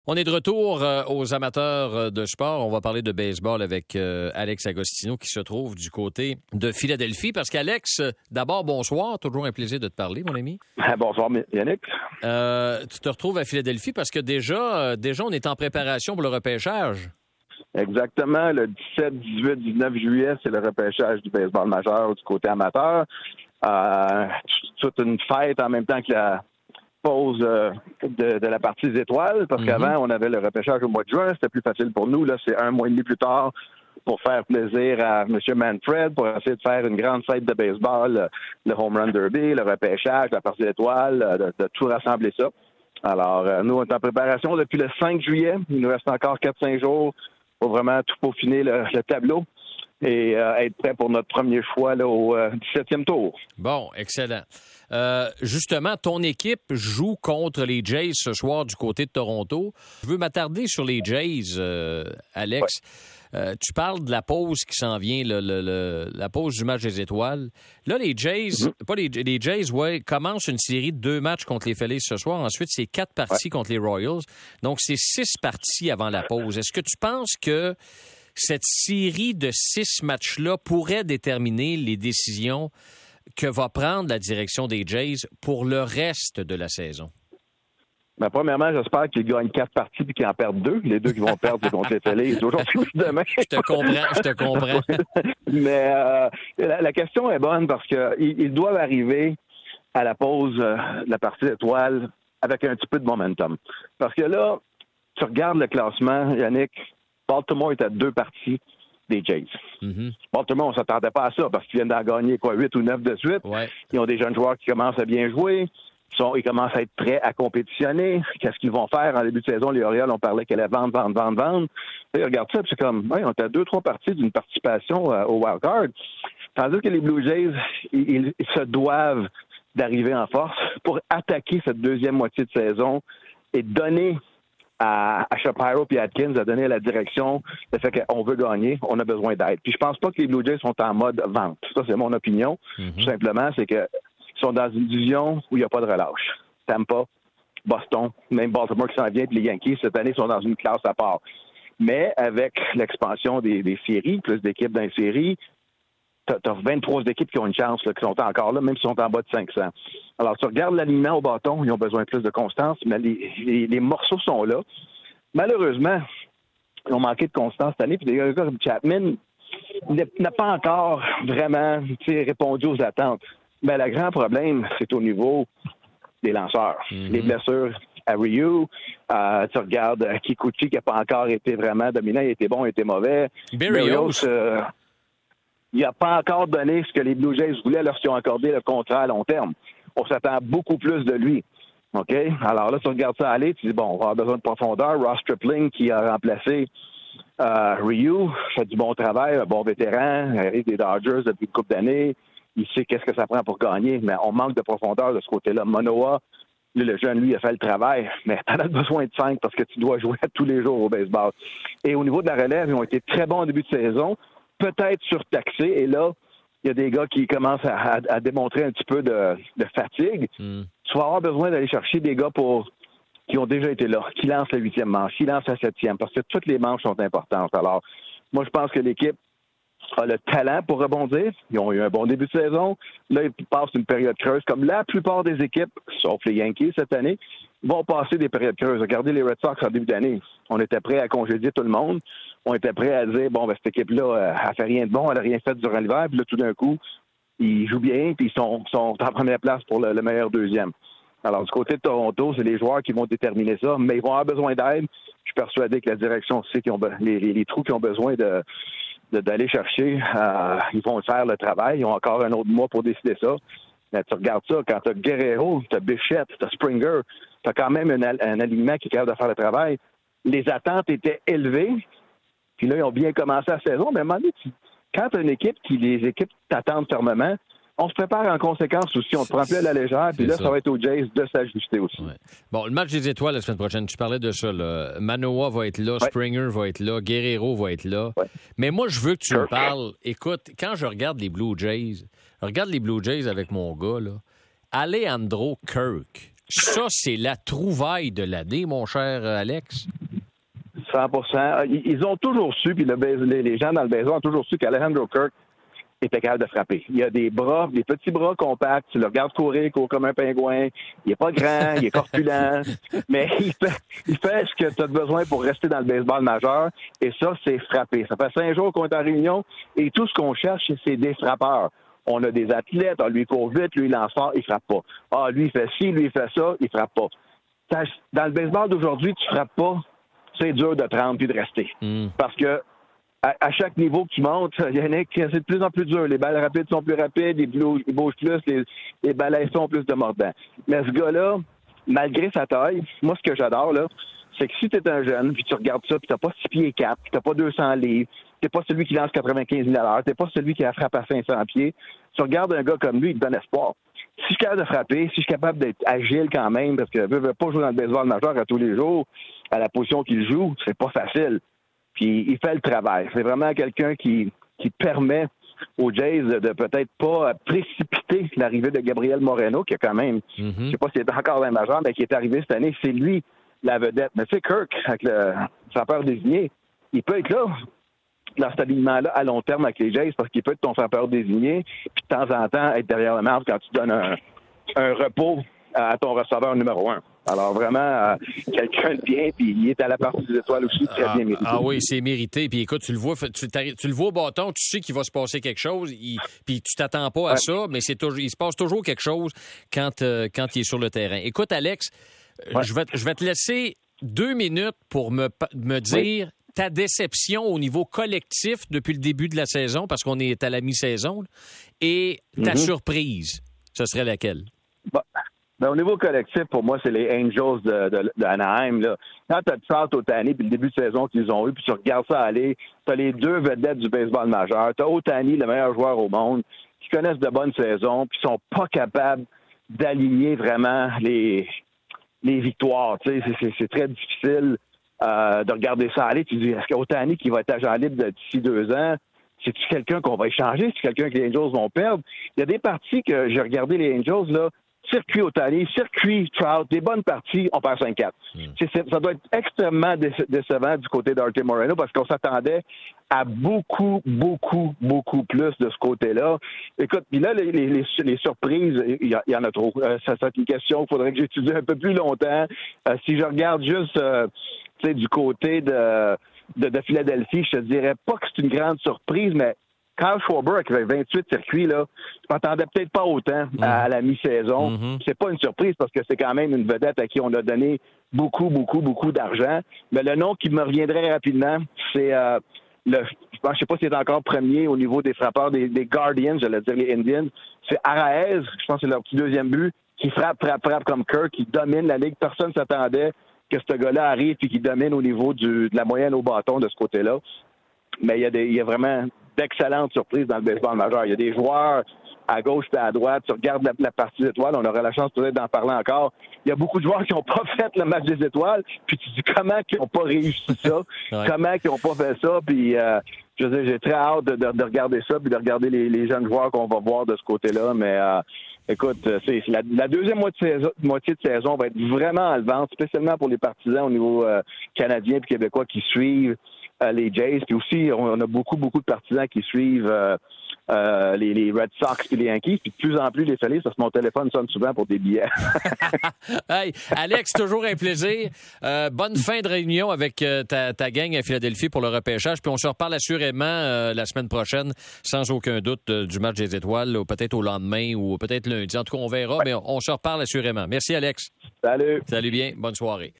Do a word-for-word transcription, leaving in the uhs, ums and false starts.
On est de retour euh, aux amateurs euh, de sport. On va parler de baseball avec euh, Alex Agostino qui se trouve du côté de Philadelphie. Parce qu'Alex, euh, d'abord, bonsoir. Toujours un plaisir de te parler, mon ami. Bonsoir, Yannick. Euh, tu te retrouves à Philadelphie parce que déjà, euh, déjà, on est en préparation pour le repêchage. Exactement. Le dix-sept, dix-huit, dix-neuf juillet, c'est le repêchage du baseball majeur du côté amateur. Euh, toute une fête en même temps que la pause euh, de, de la partie des étoiles, parce mm-hmm. qu'avant, on avait le repêchage au mois de juin, c'était plus facile pour nous. Là, c'est un mois et demi plus tard pour faire plaisir à M. Manfred, pour essayer de faire une grande fête de baseball, le Home Run Derby, le repêchage, la partie des étoiles, de, de tout rassembler ça. Alors, euh, nous, on est en préparation depuis le cinq juillet. Il nous reste encore quatre cinq jours pour vraiment tout peaufiner le, le tableau et euh, être prêt pour notre premier choix là, au euh, dix-septième tour. Bon, excellent. Euh, justement, ton équipe joue contre les Jays ce soir du côté de Toronto. Je veux m'attarder sur les Jays, euh, Alex. Ouais. Euh, tu parles de la pause qui s'en vient, le, le, le, la pause du match des étoiles. Là, les Jays, mm-hmm. pas les, les Jays, ouais, commencent une série de deux matchs contre les Phillies ce soir. Ensuite, c'est quatre parties ouais. contre les Royals. Donc, c'est six parties avant la pause. Est-ce que tu penses que cette série de six matchs-là pourrait déterminer les décisions que va prendre la direction des Jays pour le reste de la saison? Ben, premièrement, j'espère qu'ils gagnent quatre parties et qu'ils en perdent deux. Les deux qui vont perdre, c'est contre les Phillies. C'est aujourd'hui ou demain. Je te comprends, je te comprends. Mais euh, la, la question est bonne parce qu'ils ils doivent arriver à la pause euh, de la partie d'étoiles avec un petit peu de momentum. Parce que là, tu regardes le classement, Yannick, Baltimore est à deux parties des Jays. Mm-hmm. Baltimore, on ne s'attendait pas à ça parce qu'ils viennent d'en gagner quoi, huit ou neuf de suite. Ouais. Ils ont des jeunes joueurs qui commencent à bien jouer. Ils, sont, ils commencent à être prêts à compétitionner. Qu'est-ce qu'ils vont faire en début de saison? Les Orioles, on parlait qu'elle allait vendre, vendre, vendre, vendre. Et regarde ça, c'est comme, ouais, on est à deux, trois parties d'une participation euh, au wild card. Tandis que les Blue Jays, ils, ils se doivent d'arriver en force pour attaquer cette deuxième moitié de saison et donner à, à Shapiro et Atkins a donné la direction, le fait qu'on veut gagner, on a besoin d'aide. Puis je pense pas que les Blue Jays sont en mode vente. Ça, c'est mon opinion. Mm-hmm. Tout simplement, c'est qu'ils sont dans une division où il n'y a pas de relâche. Tampa, Boston, même Baltimore qui s'en vient, puis les Yankees, cette année, sont dans une classe à part. Mais avec l'expansion des, des séries, plus d'équipes dans les séries, tu as vingt-trois équipes qui ont une chance, là, qui sont encore là, même s'ils sont en bas de cinq cents. Alors, tu regardes l'alignement au bâton, ils ont besoin de plus de constance, mais les, les, les morceaux sont là. Malheureusement, ils ont manqué de constance cette année, puis des gars comme Chapman n'a pas encore vraiment répondu aux attentes. Mais le grand problème, c'est au niveau des lanceurs. Mm-hmm. Les blessures à Ryu, euh, tu regardes Kikuchi qui n'a pas encore été vraiment dominant, il était bon, il était mauvais. Berrios, euh, il n'a pas encore donné ce que les Blue Jays voulaient lorsqu'ils ont accordé le contrat à long terme. On s'attend beaucoup plus de lui. OK? Alors là, tu regardes ça aller, tu dis, bon, on va avoir besoin de profondeur. Ross Stripling, qui a remplacé euh, Ryu, fait du bon travail, un bon vétéran, il arrive des Dodgers depuis une couple d'années. Il sait qu'est-ce que ça prend pour gagner, mais on manque de profondeur de ce côté-là. Manoah, lui, le jeune, lui, il a fait le travail, mais t'en as besoin de cinq parce que tu dois jouer tous les jours au baseball. Et au niveau de la relève, ils ont été très bons au début de saison, peut-être surtaxés, et là, il y a des gars qui commencent à, à, à démontrer un petit peu de, de fatigue. Mm. Tu vas avoir besoin d'aller chercher des gars pour qui ont déjà été là, qui lancent la huitième manche, qui lancent la septième, parce que toutes les manches sont importantes. Alors, moi, je pense que l'équipe a le talent pour rebondir. Ils ont eu un bon début de saison. Là, ils passent une période creuse, comme la plupart des équipes, sauf les Yankees cette année, vont passer des périodes creuses. Regardez les Red Sox en début d'année. On était prêt à congédier tout le monde. On était prêt à dire, bon, ben, cette équipe-là, euh, elle fait rien de bon, elle n'a rien fait durant l'hiver, puis là, tout d'un coup, ils jouent bien, puis ils sont, sont en première place pour le, le meilleur deuxième. Alors, du côté de Toronto, c'est les joueurs qui vont déterminer ça, mais ils vont avoir besoin d'aide. Je suis persuadé que la direction sait qu'ils ont be- les, les, les trous qu'ils ont besoin de, de d'aller chercher, euh, ils vont faire le travail. Ils ont encore un autre mois pour décider ça. Mais tu regardes ça, quand tu as Guerrero, tu as Bichette, tu as Springer, tu as quand même un, un alignement qui est capable de faire le travail. Les attentes étaient élevées. Puis là, ils ont bien commencé la saison, mais à un moment donné, tu, quand tu as une équipe qui, les équipes t'attendent fermement, on se prépare en conséquence aussi. On se prend plus à la légère, puis là, ça. ça va être aux Jays de s'ajuster aussi. Ouais. Bon, le match des étoiles la semaine prochaine, tu parlais de ça, là. Manoah va être là, ouais. Springer va être là, Guerrero va être là. Ouais. Mais moi, je veux que tu Kirk. me parles. Écoute, quand je regarde les Blue Jays, je regarde les Blue Jays avec mon gars, là, Alejandro Kirk. ça, c'est la trouvaille de l'année, mon cher Alex. cent pour cent. Ils ont toujours su, puis le, les gens dans le baseball ont toujours su qu'Alejandro Kirk était capable de frapper. Il a des bras, des petits bras compacts. Tu le regardes courir, il court comme un pingouin. Il n'est pas grand, il est corpulent, mais il fait, il fait ce que tu as besoin pour rester dans le baseball majeur. Et ça, c'est frapper. Ça fait cinq jours qu'on est en réunion et tout ce qu'on cherche, c'est des frappeurs. On a des athlètes, ah, lui il court vite, lui il lance fort, il frappe pas. Ah, lui il fait ci, lui il fait ça, il frappe pas. Dans le baseball d'aujourd'hui, tu frappes pas, c'est dur de te rendre puis de rester. Mm. Parce que À, à chaque niveau que tu montes, Yannick, c'est de plus en plus dur. Les balles rapides sont plus rapides, les bougent, ils bougent plus, les, les balais sont plus de mordants. Mais ce gars-là, malgré sa taille, moi, ce que j'adore, là, c'est que si tu es un jeune, puis tu regardes ça, puis tu n'as pas six pieds quatre, puis tu n'as pas deux cents livres, tu n'es pas celui qui lance quatre-vingt-quinze mille à l'heure, tu n'es pas celui qui a frappé à cinq cents pieds, tu regardes un gars comme lui, il te donne espoir. Si je suis capable de frapper, si je suis capable d'être agile quand même, parce que je ne veux pas jouer dans le baseball majeur à tous les jours, à la position qu'il joue, c'est pas facile. Puis il fait le travail. C'est vraiment quelqu'un qui, qui permet aux Jays de, de peut-être pas précipiter l'arrivée de Gabriel Moreno, qui a quand même, mm-hmm. je sais pas s'il est encore dans le majeur, mais qui est arrivé cette année. C'est lui la vedette. Mais c'est Kirk, avec le frappeur désigné, il peut être là, dans cet alignement-là, à long terme avec les Jays, parce qu'il peut être ton frappeur désigné, puis de temps en temps, être derrière le marbre quand tu donnes un, un repos à ton receveur numéro un. Alors vraiment, euh, quelqu'un de bien, puis il est à la partie des étoiles aussi, très ah, bien mérité. Ah oui, c'est mérité. Puis écoute, tu le vois, tu, tu le vois au bâton, tu sais qu'il va se passer quelque chose, il, puis tu t'attends pas à ouais. ça, mais c'est toujours, il se passe toujours quelque chose quand, euh, quand il est sur le terrain. Écoute, Alex, ouais. je, vais, je vais te laisser deux minutes pour me, me dire oui. ta déception au niveau collectif depuis le début de la saison, parce qu'on est à la mi-saison, et ta mm-hmm. surprise, ce serait laquelle? Bah. Ben, au niveau collectif, pour moi, c'est les Angels de, de, de Anaheim. Là. Quand tu as Trout, Ohtani, puis le début de saison qu'ils ont eu, puis tu regardes ça aller, tu as les deux vedettes du baseball majeur. Tu as Ohtani, le meilleur joueur au monde, qui connaissent de bonnes saisons, puis sont pas capables d'aligner vraiment les, les victoires. C'est, c'est, c'est très difficile euh, de regarder ça aller. Tu dis, est-ce qu'Ohtani, qui va être agent libre d'ici deux ans, c'est-tu quelqu'un qu'on va échanger? C'est quelqu'un que les Angels vont perdre? Il y a des parties que j'ai regardé les Angels, là, circuit Ohtani, circuit Trout, des bonnes parties, on perd cinq quatre. Mm. C'est, c'est, ça doit être extrêmement déce- décevant du côté d'Arte Moreno parce qu'on s'attendait à beaucoup, beaucoup, beaucoup plus de ce côté-là. Écoute, puis là, les, les, les surprises, il y, y en a trop. Euh, ça, c'est une question qu'il faudrait que j'étudie un peu plus longtemps. Euh, si je regarde juste euh, tu sais, du côté de, de, de Philadelphie, je te dirais pas que c'est une grande surprise, mais Kyle Schwarber, qui avait vingt-huit circuits, là, je m'attendais peut-être pas autant mm-hmm. à la mi-saison. Mm-hmm. C'est pas une surprise parce que c'est quand même une vedette à qui on a donné beaucoup, beaucoup, beaucoup d'argent. Mais le nom qui me reviendrait rapidement, c'est euh, le. Je ne sais pas s'il est encore premier au niveau des frappeurs des, des Guardians, j'allais dire les Indians. C'est Arraez, je pense que c'est leur petit deuxième but, qui frappe, frappe, frappe comme Kirk, qui domine la ligue. Personne ne s'attendait que ce gars-là arrive et qu'il domine au niveau du, de la moyenne au bâton de ce côté-là. Mais il y a des, il y a vraiment d'excellentes surprises dans le baseball majeur. Il y a des joueurs à gauche et à droite. Tu regardes la, la partie des étoiles, on aura la chance peut-être d'en parler encore. Il y a beaucoup de joueurs qui n'ont pas fait le match des étoiles, puis tu te dis comment ils n'ont pas réussi ça, ouais. comment ils n'ont pas fait ça, puis euh, je veux dire, j'ai très hâte de, de, de regarder ça, puis de regarder les, les jeunes joueurs qu'on va voir de ce côté-là, mais euh, écoute, c'est, c'est la, la deuxième moitié de, saison, moitié de saison va être vraiment enlevante, spécialement pour les partisans au niveau euh, canadien et québécois qui suivent euh, les Jays, puis aussi, on, on a beaucoup, beaucoup de partisans qui suivent euh, Euh, les, les Red Sox et les Yankees, puis de plus en plus les Phillies, parce que mon téléphone sonne souvent pour des billets. Hey, Alex, toujours un plaisir. Euh, bonne fin de réunion avec euh, ta, ta gang à Philadelphie pour le repêchage, puis on se reparle assurément euh, la semaine prochaine, sans aucun doute, euh, du match des étoiles, ou peut-être au lendemain, ou peut-être lundi. En tout cas, on verra, ouais. mais on, on se reparle assurément. Merci, Alex. Salut. Salut bien. Bonne soirée.